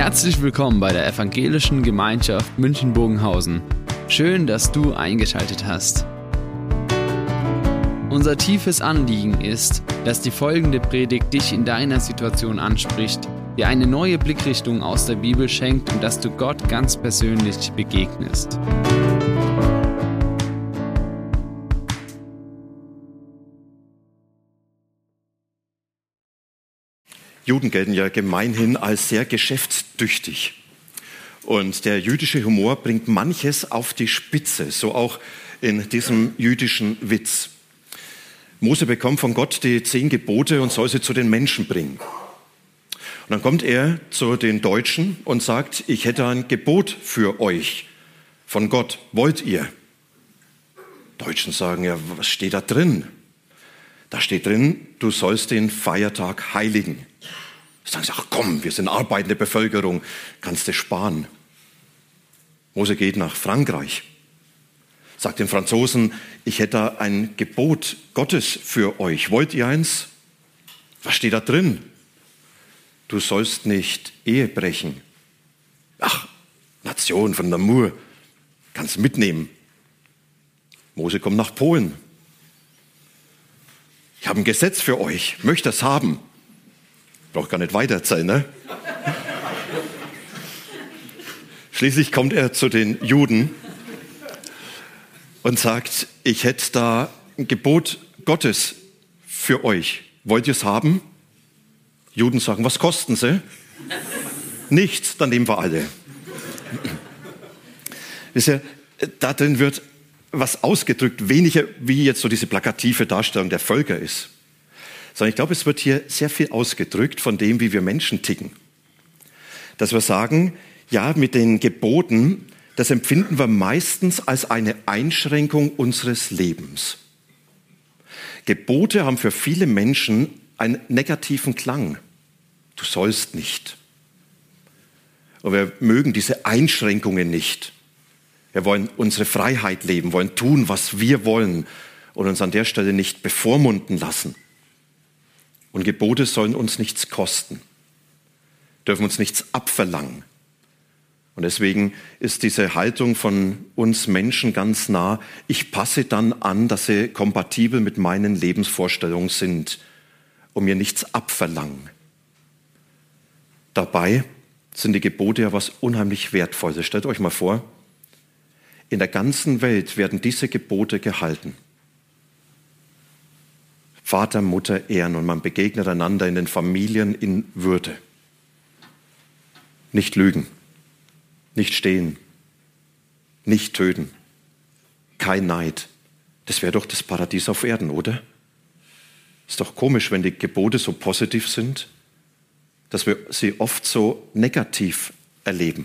Herzlich willkommen bei der Evangelischen Gemeinschaft München-Bogenhausen. Schön, dass du eingeschaltet hast. Unser tiefes Anliegen ist, dass die folgende Predigt dich in deiner Situation anspricht, dir eine neue Blickrichtung aus der Bibel schenkt und dass du Gott ganz persönlich begegnest. Juden gelten ja gemeinhin als sehr geschäftstüchtig. Und der jüdische Humor bringt manches auf die Spitze, so auch in diesem jüdischen Witz. Mose bekommt von Gott die 10 Gebote und soll sie zu den Menschen bringen. Und dann kommt er zu den Deutschen und sagt, ich hätte ein Gebot für euch von Gott, wollt ihr? Deutschen sagen, ja, was steht da drin? Da steht drin, du sollst den Feiertag heiligen. Sagen sie, ach komm, wir sind arbeitende Bevölkerung, kannst du sparen. Mose geht nach Frankreich, sagt den Franzosen, ich hätte ein Gebot Gottes für euch. Wollt ihr eins? Was steht da drin? Du sollst nicht Ehe brechen. Ach, Nation von Namur, kannst mitnehmen. Mose kommt nach Polen. Ich habe ein Gesetz für euch, möchte es haben. Braucht gar nicht weiterzählen, ne? Schließlich kommt er zu den Juden und sagt, ich hätte da ein Gebot Gottes für euch. Wollt ihr es haben? Juden sagen, was kosten sie? Nichts, dann nehmen wir alle. Wisst ihr, da drin wird was ausgedrückt, weniger wie jetzt so diese plakative Darstellung der Völker ist. Sondern ich glaube, es wird hier sehr viel ausgedrückt von dem, wie wir Menschen ticken. Dass wir sagen, ja, mit den Geboten, das empfinden wir meistens als eine Einschränkung unseres Lebens. Gebote haben für viele Menschen einen negativen Klang. Du sollst nicht. Und wir mögen diese Einschränkungen nicht. Wir wollen unsere Freiheit leben, wollen tun, was wir wollen und uns an der Stelle nicht bevormunden lassen. Und Gebote sollen uns nichts kosten, dürfen uns nichts abverlangen. Und deswegen ist diese Haltung von uns Menschen ganz nah, ich passe dann an, dass sie kompatibel mit meinen Lebensvorstellungen sind und mir nichts abverlangen. Dabei sind die Gebote ja was unheimlich Wertvolles. Stellt euch mal vor, in der ganzen Welt werden diese Gebote gehalten. Vater, Mutter ehren und man begegnet einander in den Familien in Würde. Nicht lügen, nicht stehlen, nicht töten, kein Neid. Das wäre doch das Paradies auf Erden, oder? Ist doch komisch, wenn die Gebote so positiv sind, dass wir sie oft so negativ erleben.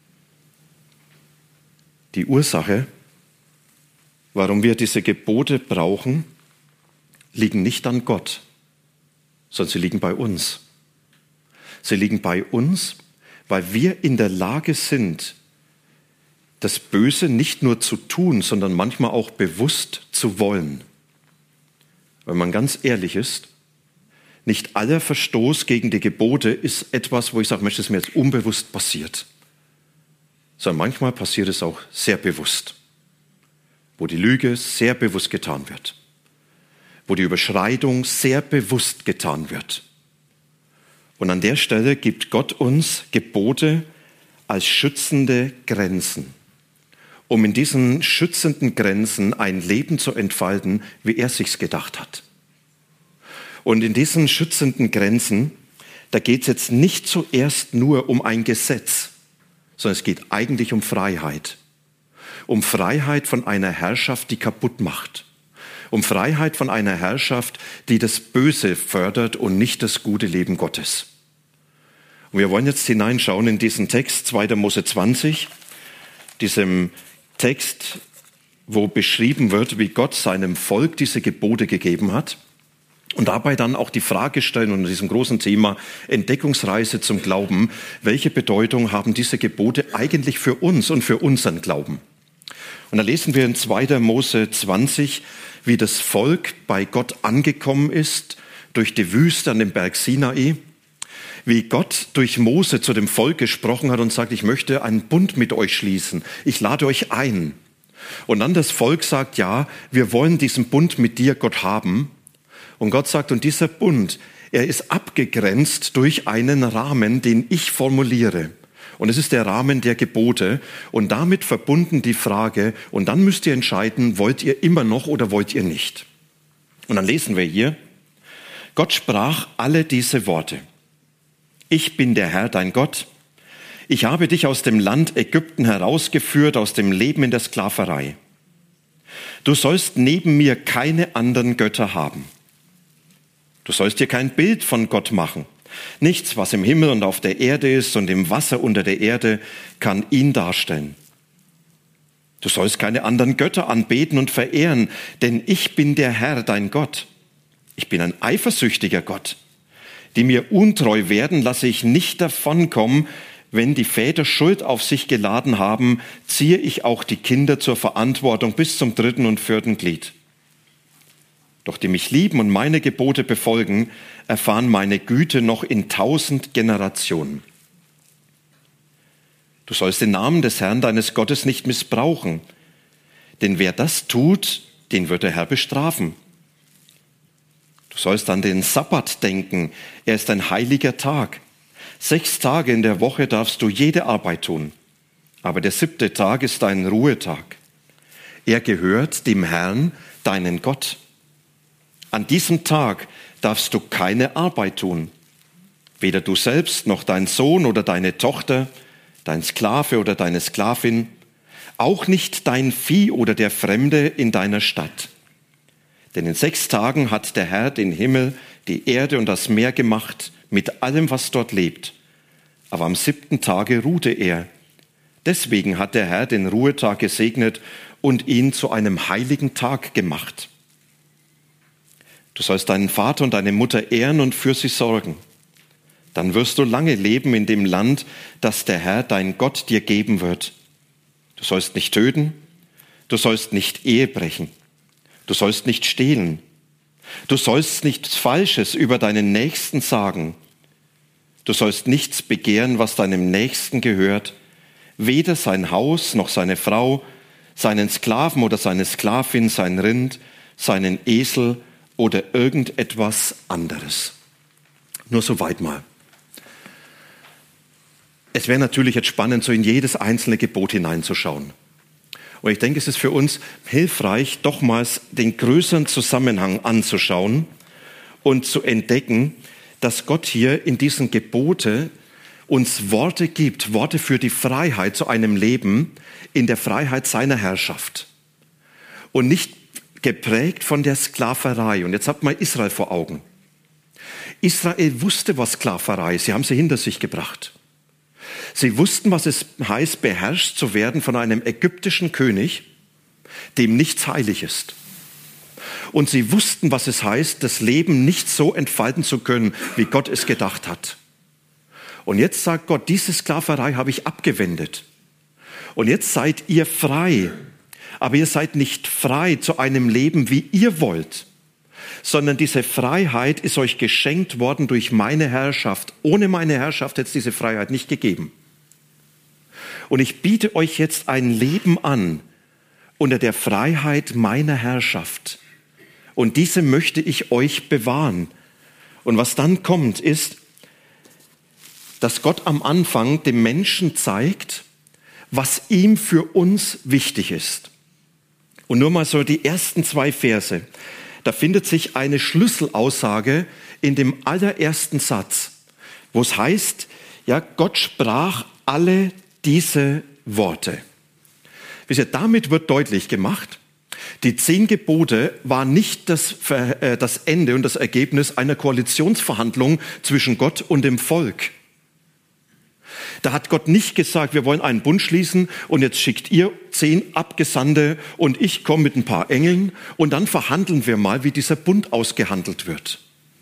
Die Ursache, warum wir diese Gebote brauchen, liegen nicht an Gott, sondern sie liegen bei uns. Sie liegen bei uns, weil wir in der Lage sind, das Böse nicht nur zu tun, sondern manchmal auch bewusst zu wollen. Wenn man ganz ehrlich ist, nicht aller Verstoß gegen die Gebote ist etwas, wo ich sage, Mensch, das ist mir jetzt unbewusst passiert. Sondern manchmal passiert es auch sehr bewusst, wo die Lüge sehr bewusst getan wird, wo die Überschreitung sehr bewusst getan wird. Und an der Stelle gibt Gott uns Gebote als schützende Grenzen, um in diesen schützenden Grenzen ein Leben zu entfalten, wie er sich's gedacht hat. Und in diesen schützenden Grenzen, da geht es jetzt nicht zuerst nur um ein Gesetz, sondern es geht eigentlich um Freiheit. Um Freiheit von einer Herrschaft, die kaputt macht. Um Freiheit von einer Herrschaft, die das Böse fördert und nicht das gute Leben Gottes. Und wir wollen jetzt hineinschauen in diesen Text, 2. Mose 20, diesem Text, wo beschrieben wird, wie Gott seinem Volk diese Gebote gegeben hat. Und dabei dann auch die Frage stellen unter diesem großen Thema Entdeckungsreise zum Glauben, welche Bedeutung haben diese Gebote eigentlich für uns und für unseren Glauben? Und da lesen wir in 2. Mose 20, wie das Volk bei Gott angekommen ist, durch die Wüste an dem Berg Sinai, wie Gott durch Mose zu dem Volk gesprochen hat und sagt, ich möchte einen Bund mit euch schließen. Ich lade euch ein. Und dann das Volk sagt, ja, wir wollen diesen Bund mit dir, Gott, haben. Und Gott sagt, und dieser Bund, er ist abgegrenzt durch einen Rahmen, den ich formuliere. Und es ist der Rahmen der Gebote und damit verbunden die Frage, und dann müsst ihr entscheiden, wollt ihr immer noch oder wollt ihr nicht? Und dann lesen wir hier, Gott sprach alle diese Worte. Ich bin der Herr, dein Gott. Ich habe dich aus dem Land Ägypten herausgeführt, aus dem Leben in der Sklaverei. Du sollst neben mir keine anderen Götter haben. Du sollst dir kein Bild von Gott machen. Nichts, was im Himmel und auf der Erde ist und im Wasser unter der Erde, kann ihn darstellen. Du sollst keine anderen Götter anbeten und verehren, denn ich bin der Herr, dein Gott. Ich bin ein eifersüchtiger Gott. Die mir untreu werden, lasse ich nicht davonkommen. Wenn die Väter Schuld auf sich geladen haben, ziehe ich auch die Kinder zur Verantwortung bis zum 3. und 4. Glied. Doch die mich lieben und meine Gebote befolgen, erfahren meine Güte noch in 1000 Generationen. Du sollst den Namen des Herrn, deines Gottes, nicht missbrauchen, denn wer das tut, den wird der Herr bestrafen. Du sollst an den Sabbat denken, er ist ein heiliger Tag. 6 Tage in der Woche darfst du jede Arbeit tun, aber der 7. Tag ist ein Ruhetag. Er gehört dem Herrn, deinen Gott. An diesem Tag darfst du keine Arbeit tun, weder du selbst noch dein Sohn oder deine Tochter, dein Sklave oder deine Sklavin, auch nicht dein Vieh oder der Fremde in deiner Stadt. Denn in 6 Tagen hat der Herr den Himmel, die Erde und das Meer gemacht, mit allem, was dort lebt. Aber am 7. Tage ruhte er. Deswegen hat der Herr den Ruhetag gesegnet und ihn zu einem heiligen Tag gemacht. Du sollst deinen Vater und deine Mutter ehren und für sie sorgen. Dann wirst du lange leben in dem Land, das der Herr, dein Gott, dir geben wird. Du sollst nicht töten, du sollst nicht Ehe brechen, du sollst nicht stehlen, du sollst nichts Falsches über deinen Nächsten sagen. Du sollst nichts begehren, was deinem Nächsten gehört, weder sein Haus noch seine Frau, seinen Sklaven oder seine Sklavin, sein Rind, seinen Esel oder irgendetwas anderes. Nur so weit mal. Es wäre natürlich jetzt spannend, so in jedes einzelne Gebot hineinzuschauen. Und ich denke, es ist für uns hilfreich, doch mal den größeren Zusammenhang anzuschauen und zu entdecken, dass Gott hier in diesen Gebote uns Worte gibt, Worte für die Freiheit zu einem Leben in der Freiheit seiner Herrschaft. Und nicht geprägt von der Sklaverei. Und jetzt habt mal Israel vor Augen. Israel wusste, was Sklaverei ist. Sie haben sie hinter sich gebracht. Sie wussten, was es heißt, beherrscht zu werden von einem ägyptischen König, dem nichts heilig ist. Und sie wussten, was es heißt, das Leben nicht so entfalten zu können, wie Gott es gedacht hat. Und jetzt sagt Gott, diese Sklaverei habe ich abgewendet. Und jetzt seid ihr frei. Aber ihr seid nicht frei zu einem Leben, wie ihr wollt, sondern diese Freiheit ist euch geschenkt worden durch meine Herrschaft. Ohne meine Herrschaft hätte es diese Freiheit nicht gegeben. Und ich biete euch jetzt ein Leben an unter der Freiheit meiner Herrschaft. Und diese möchte ich euch bewahren. Und was dann kommt, ist, dass Gott am Anfang dem Menschen zeigt, was ihm für uns wichtig ist. Und nur mal so die ersten 2 Verse. Da findet sich eine Schlüsselaussage in dem allerersten Satz, wo es heißt, ja, Gott sprach alle diese Worte. Wisst ihr, damit wird deutlich gemacht, die 10 Gebote waren nicht das Ende und das Ergebnis einer Koalitionsverhandlung zwischen Gott und dem Volk. Da hat Gott nicht gesagt, wir wollen einen Bund schließen und jetzt schickt ihr 10 Abgesandte und ich komme mit ein paar Engeln und dann verhandeln wir mal, wie dieser Bund ausgehandelt wird.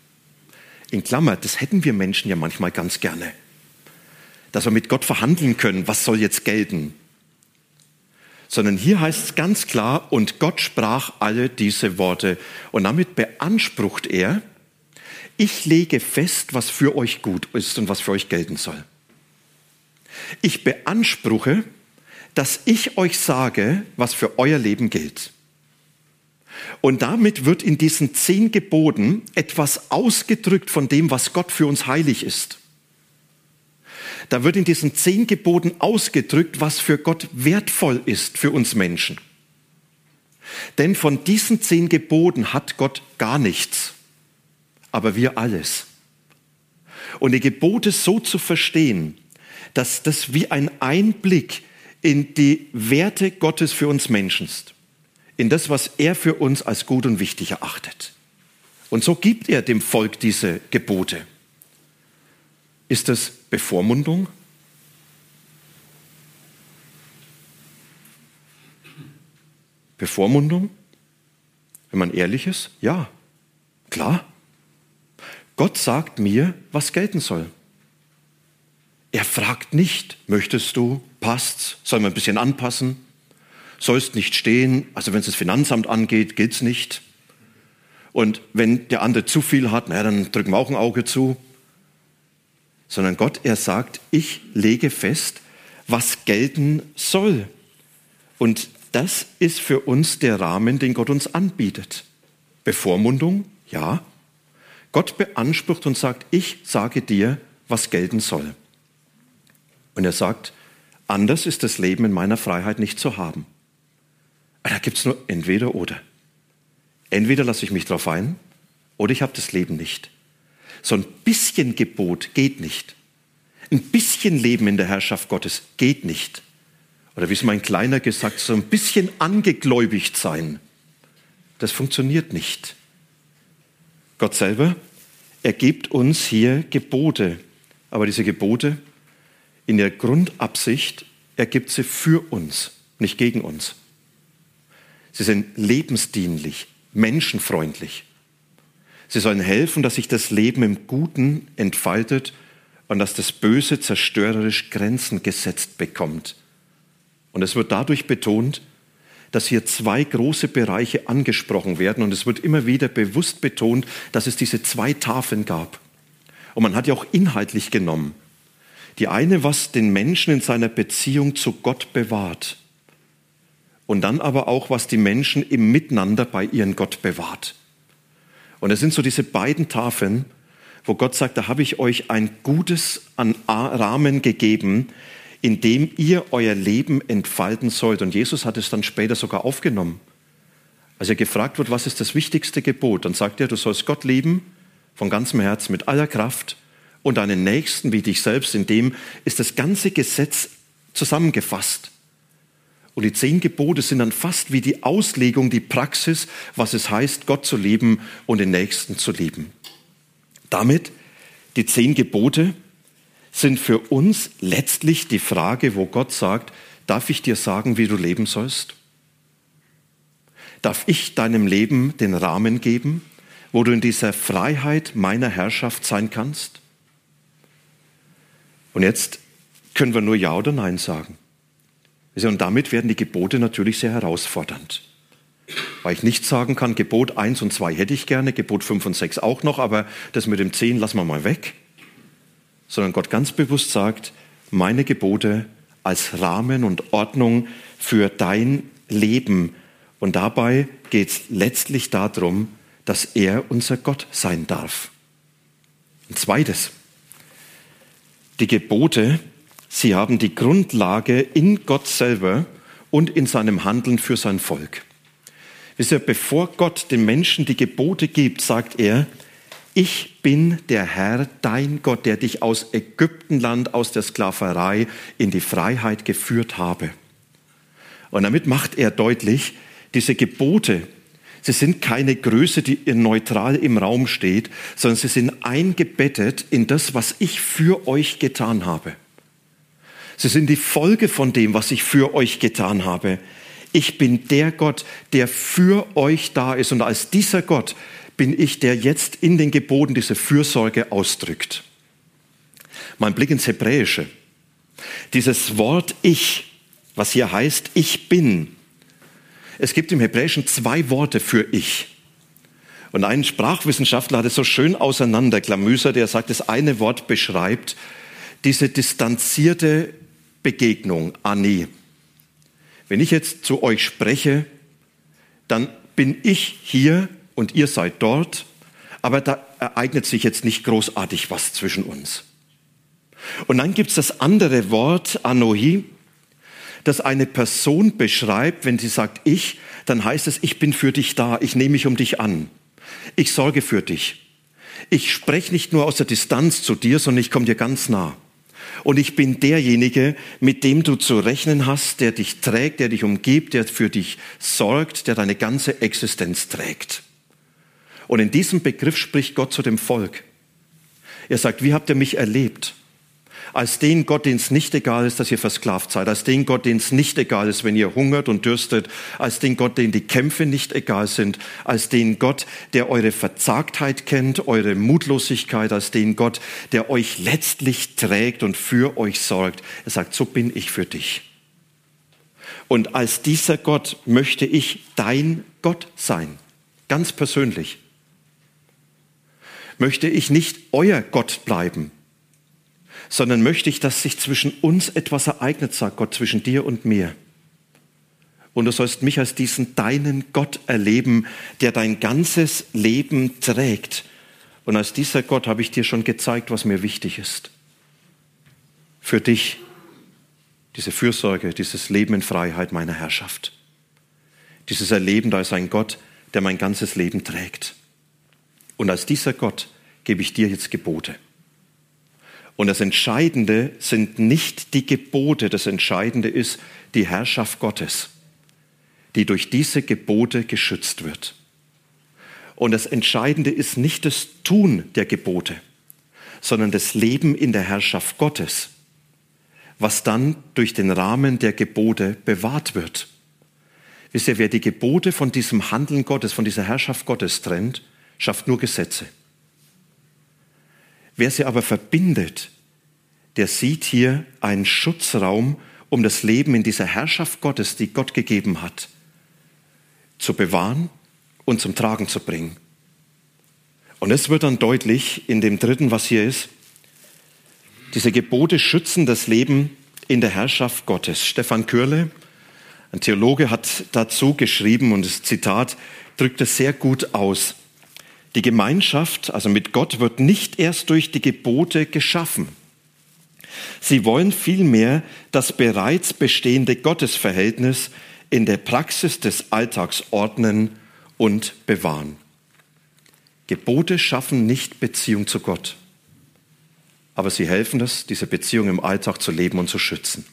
In Klammer, das hätten wir Menschen ja manchmal ganz gerne. Dass wir mit Gott verhandeln können, was soll jetzt gelten. Sondern hier heißt es ganz klar, und Gott sprach alle diese Worte. Und damit beansprucht er ich lege fest, was für euch gut ist und was für euch gelten soll. Ich beanspruche, dass ich euch sage, was für euer Leben gilt. Und damit wird in diesen 10 Geboten etwas ausgedrückt von dem, was Gott für uns heilig ist. Da wird in diesen 10 Geboten ausgedrückt, was für Gott wertvoll ist für uns Menschen. Denn von diesen 10 Geboten hat Gott gar nichts, aber wir alles. Und die Gebote so zu verstehen, dass das wie ein Einblick in die Werte Gottes für uns Menschen ist, in das, was er für uns als gut und wichtig erachtet. Und so gibt er dem Volk diese Gebote. Ist das Bevormundung? Bevormundung? Wenn man ehrlich ist? Ja, klar. Gott sagt mir, was gelten soll. Er fragt nicht, möchtest du, passt's, soll man ein bisschen anpassen, sollst nicht stehen, also wenn es das Finanzamt angeht, geht's nicht. Und wenn der andere zu viel hat, dann drücken wir auch ein Auge zu. Sondern Gott, er sagt, ich lege fest, was gelten soll. Und das ist für uns der Rahmen, den Gott uns anbietet. Bevormundung, ja. Gott beansprucht und sagt, ich sage dir, was gelten soll. Und er sagt, anders ist das Leben in meiner Freiheit nicht zu haben. Da gibt es nur entweder oder. Entweder lasse ich mich drauf ein oder ich habe das Leben nicht. So ein bisschen Gebot geht nicht. Ein bisschen Leben in der Herrschaft Gottes geht nicht. Oder wie es mein Kleiner gesagt hat, so ein bisschen angegläubigt sein. Das funktioniert nicht. Gott selber, er gibt uns hier Gebote. Aber diese Gebote, in der Grundabsicht, er gibt sie für uns, nicht gegen uns. Sie sind lebensdienlich, menschenfreundlich. Sie sollen helfen, dass sich das Leben im Guten entfaltet und dass das Böse zerstörerisch Grenzen gesetzt bekommt. Und es wird dadurch betont, dass hier 2 große Bereiche angesprochen werden. Und es wird immer wieder bewusst betont, dass es diese 2 Tafeln gab. Und man hat ja auch inhaltlich genommen. Die eine, was den Menschen in seiner Beziehung zu Gott bewahrt. Und dann aber auch, was die Menschen im Miteinander bei ihren Gott bewahrt. Und es sind so diese beiden Tafeln, wo Gott sagt, da habe ich euch ein gutes Rahmen gegeben, in dem ihr euer Leben entfalten sollt. Und Jesus hat es dann später sogar aufgenommen. Als er gefragt wird, was ist das wichtigste Gebot, dann sagt er, du sollst Gott lieben, von ganzem Herzen, mit aller Kraft und deinen Nächsten wie dich selbst. In dem ist das ganze Gesetz zusammengefasst. Und die 10 Gebote sind dann fast wie die Auslegung, die Praxis, was es heißt, Gott zu lieben und den Nächsten zu lieben. Damit, die 10 Gebote sind für uns letztlich die Frage, wo Gott sagt, darf ich dir sagen, wie du leben sollst? Darf ich deinem Leben den Rahmen geben, wo du in dieser Freiheit meiner Herrschaft sein kannst? Und jetzt können wir nur Ja oder Nein sagen. Und damit werden die Gebote natürlich sehr herausfordernd. Weil ich nicht sagen kann, Gebot 1 und 2 hätte ich gerne, Gebot 5 und 6 auch noch, aber das mit dem 10 lassen wir mal weg. Sondern Gott ganz bewusst sagt, meine Gebote als Rahmen und Ordnung für dein Leben. Und dabei geht es letztlich darum, dass er unser Gott sein darf. Ein zweites, die Gebote, sie haben die Grundlage in Gott selber und in seinem Handeln für sein Volk. Wisst ihr, bevor Gott den Menschen die Gebote gibt, sagt er, ich bin der Herr, dein Gott, der dich aus Ägyptenland, aus der Sklaverei in die Freiheit geführt habe. Und damit macht er deutlich, diese Gebote, sie sind keine Größe, die neutral im Raum steht, sondern sie sind eingebettet in das, was ich für euch getan habe. Sie sind die Folge von dem, was ich für euch getan habe. Ich bin der Gott, der für euch da ist. Und als dieser Gott bin ich, der jetzt in den Geboten diese Fürsorge ausdrückt. Mein Blick ins Hebräische. Dieses Wort Ich, was hier heißt, ich bin. Es gibt im Hebräischen 2 Worte für Ich. Und ein Sprachwissenschaftler hat es so schön auseinanderklamüsert, der sagt, das eine Wort beschreibt diese distanzierte Begegnung, Ani. Wenn ich jetzt zu euch spreche, dann bin ich hier und ihr seid dort, aber da ereignet sich jetzt nicht großartig was zwischen uns. Und dann gibt es das andere Wort, Anohi, das eine Person beschreibt, wenn sie sagt ich, dann heißt es, ich bin für dich da, ich nehme mich um dich an. Ich sorge für dich. Ich spreche nicht nur aus der Distanz zu dir, sondern ich komme dir ganz nah. Und ich bin derjenige, mit dem du zu rechnen hast, der dich trägt, der dich umgibt, der für dich sorgt, der deine ganze Existenz trägt. Und in diesem Begriff spricht Gott zu dem Volk. Er sagt, wie habt ihr mich erlebt? Als den Gott, den es nicht egal ist, dass ihr versklavt seid, als den Gott, den es nicht egal ist, wenn ihr hungert und dürstet, als den Gott, den die Kämpfe nicht egal sind, als den Gott, der eure Verzagtheit kennt, eure Mutlosigkeit, als den Gott, der euch letztlich trägt und für euch sorgt. Er sagt, so bin ich für dich. Und als dieser Gott möchte ich dein Gott sein, ganz persönlich. Möchte ich nicht euer Gott bleiben, sondern möchte ich, dass sich zwischen uns etwas ereignet, sagt Gott, zwischen dir und mir. Und du sollst mich als diesen deinen Gott erleben, der dein ganzes Leben trägt. Und als dieser Gott habe ich dir schon gezeigt, was mir wichtig ist. Für dich, diese Fürsorge, dieses Leben in Freiheit meiner Herrschaft. Dieses Erleben, da ist ein Gott, der mein ganzes Leben trägt. Und als dieser Gott gebe ich dir jetzt Gebote. Und das Entscheidende sind nicht die Gebote, das Entscheidende ist die Herrschaft Gottes, die durch diese Gebote geschützt wird. Und das Entscheidende ist nicht das Tun der Gebote, sondern das Leben in der Herrschaft Gottes, was dann durch den Rahmen der Gebote bewahrt wird. Wisst ihr, wer die Gebote von diesem Handeln Gottes, von dieser Herrschaft Gottes trennt, schafft nur Gesetze. Wer sie aber verbindet, der sieht hier einen Schutzraum, um das Leben in dieser Herrschaft Gottes, die Gott gegeben hat, zu bewahren und zum Tragen zu bringen. Und es wird dann deutlich in dem dritten, was hier ist, diese Gebote schützen das Leben in der Herrschaft Gottes. Stefan Kürle, ein Theologe, hat dazu geschrieben, und das Zitat drückt es sehr gut aus: Die Gemeinschaft, also mit Gott, wird nicht erst durch die Gebote geschaffen. Sie wollen vielmehr das bereits bestehende Gottesverhältnis in der Praxis des Alltags ordnen und bewahren. Gebote schaffen nicht Beziehung zu Gott, aber sie helfen es, diese Beziehung im Alltag zu leben und zu schützen.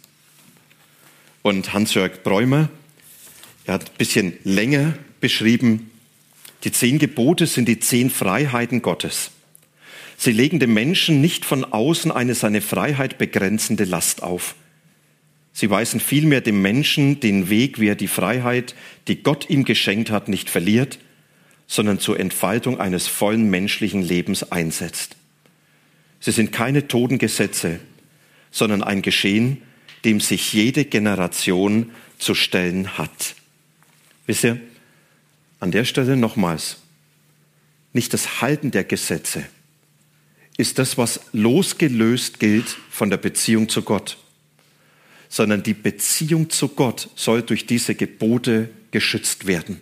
Und Hans-Jörg Bräumer, er hat ein bisschen länger beschrieben, die 10 Gebote sind die 10 Freiheiten Gottes. Sie legen dem Menschen nicht von außen eine seine Freiheit begrenzende Last auf. Sie weisen vielmehr dem Menschen den Weg, wie er die Freiheit, die Gott ihm geschenkt hat, nicht verliert, sondern zur Entfaltung eines vollen menschlichen Lebens einsetzt. Sie sind keine toten Gesetze, sondern ein Geschehen, dem sich jede Generation zu stellen hat. Wisst ihr, an der Stelle nochmals, nicht das Halten der Gesetze ist das, was losgelöst gilt von der Beziehung zu Gott, sondern die Beziehung zu Gott soll durch diese Gebote geschützt werden.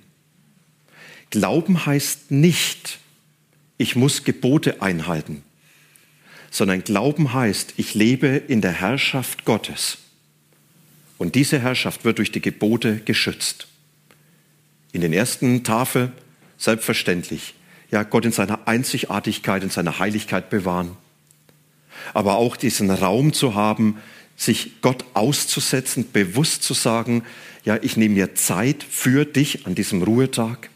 Glauben heißt nicht, ich muss Gebote einhalten, sondern Glauben heißt, ich lebe in der Herrschaft Gottes. Und diese Herrschaft wird durch die Gebote geschützt. In den ersten Tafeln selbstverständlich, ja, Gott in seiner Einzigartigkeit, in seiner Heiligkeit bewahren. Aber auch diesen Raum zu haben, sich Gott auszusetzen, bewusst zu sagen, ja, ich nehme mir Zeit für dich an diesem Ruhetag.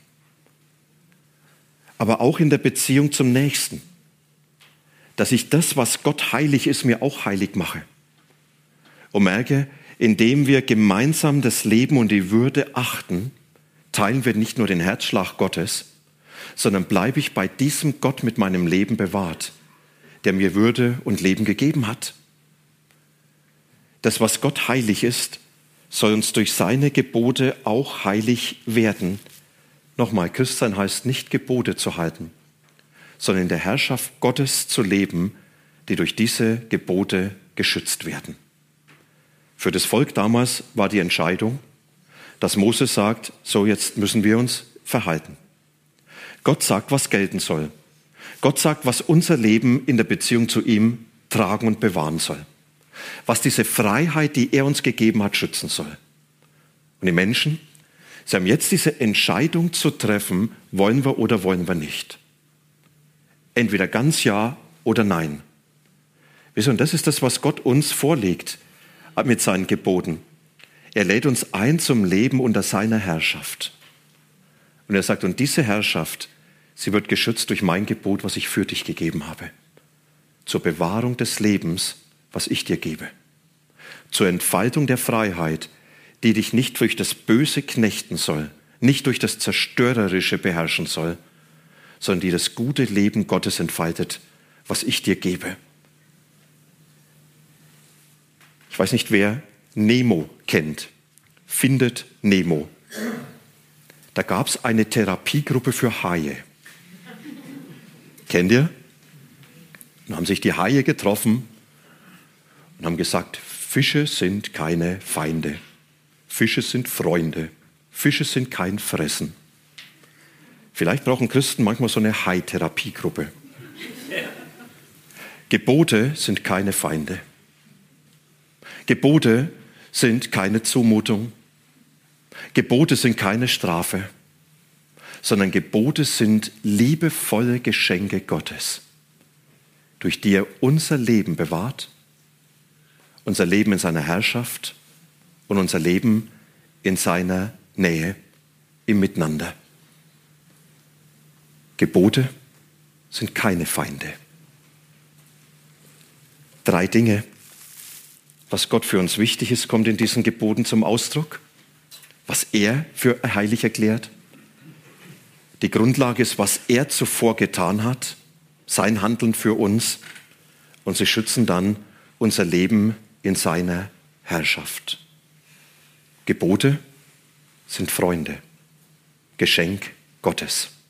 Aber auch in der Beziehung zum Nächsten, dass ich das, was Gott heilig ist, mir auch heilig mache. Und merke, indem wir gemeinsam das Leben und die Würde achten, teilen wir nicht nur den Herzschlag Gottes, sondern bleibe ich bei diesem Gott mit meinem Leben bewahrt, der mir Würde und Leben gegeben hat. Das, was Gott heilig ist, soll uns durch seine Gebote auch heilig werden, Nochmal, Christsein heißt nicht, Gebote zu halten, sondern in der Herrschaft Gottes zu leben, die durch diese Gebote geschützt werden. Für das Volk damals war die Entscheidung, dass Mose sagt, so jetzt müssen wir uns verhalten. Gott sagt, was gelten soll. Gott sagt, was unser Leben in der Beziehung zu ihm tragen und bewahren soll. Was diese Freiheit, die er uns gegeben hat, schützen soll. Und die Menschen, sie haben jetzt diese Entscheidung zu treffen, wollen wir oder wollen wir nicht. Entweder ganz ja oder nein. Und das ist das, was Gott uns vorlegt mit seinen Geboten. Er lädt uns ein zum Leben unter seiner Herrschaft. Und er sagt, und diese Herrschaft, sie wird geschützt durch mein Gebot, was ich für dich gegeben habe. Zur Bewahrung des Lebens, was ich dir gebe. Zur Entfaltung der Freiheit, die dich nicht durch das Böse knechten soll, nicht durch das Zerstörerische beherrschen soll, sondern die das gute Leben Gottes entfaltet, was ich dir gebe. Ich weiß nicht, wer Nemo kennt. Findet Nemo. Da gab es eine Therapiegruppe für Haie. Kennt ihr? Dann haben sich die Haie getroffen und haben gesagt, Fische sind keine Feinde. Fische sind Freunde. Fische sind kein Fressen. Vielleicht brauchen Christen manchmal so eine Hai-Therapiegruppe. Gebote sind keine Feinde. Gebote sind keine Zumutung. Gebote sind keine Strafe, sondern Gebote sind liebevolle Geschenke Gottes, durch die er unser Leben bewahrt, unser Leben in seiner Herrschaft und unser Leben in seiner Nähe, im Miteinander. Gebote sind keine Feinde. 3 Dinge, was Gott für uns wichtig ist, kommt in diesen Geboten zum Ausdruck. Was er für heilig erklärt. Die Grundlage ist, was er zuvor getan hat, sein Handeln für uns. Und sie schützen dann unser Leben in seiner Herrschaft. Gebote sind Freunde, Geschenk Gottes.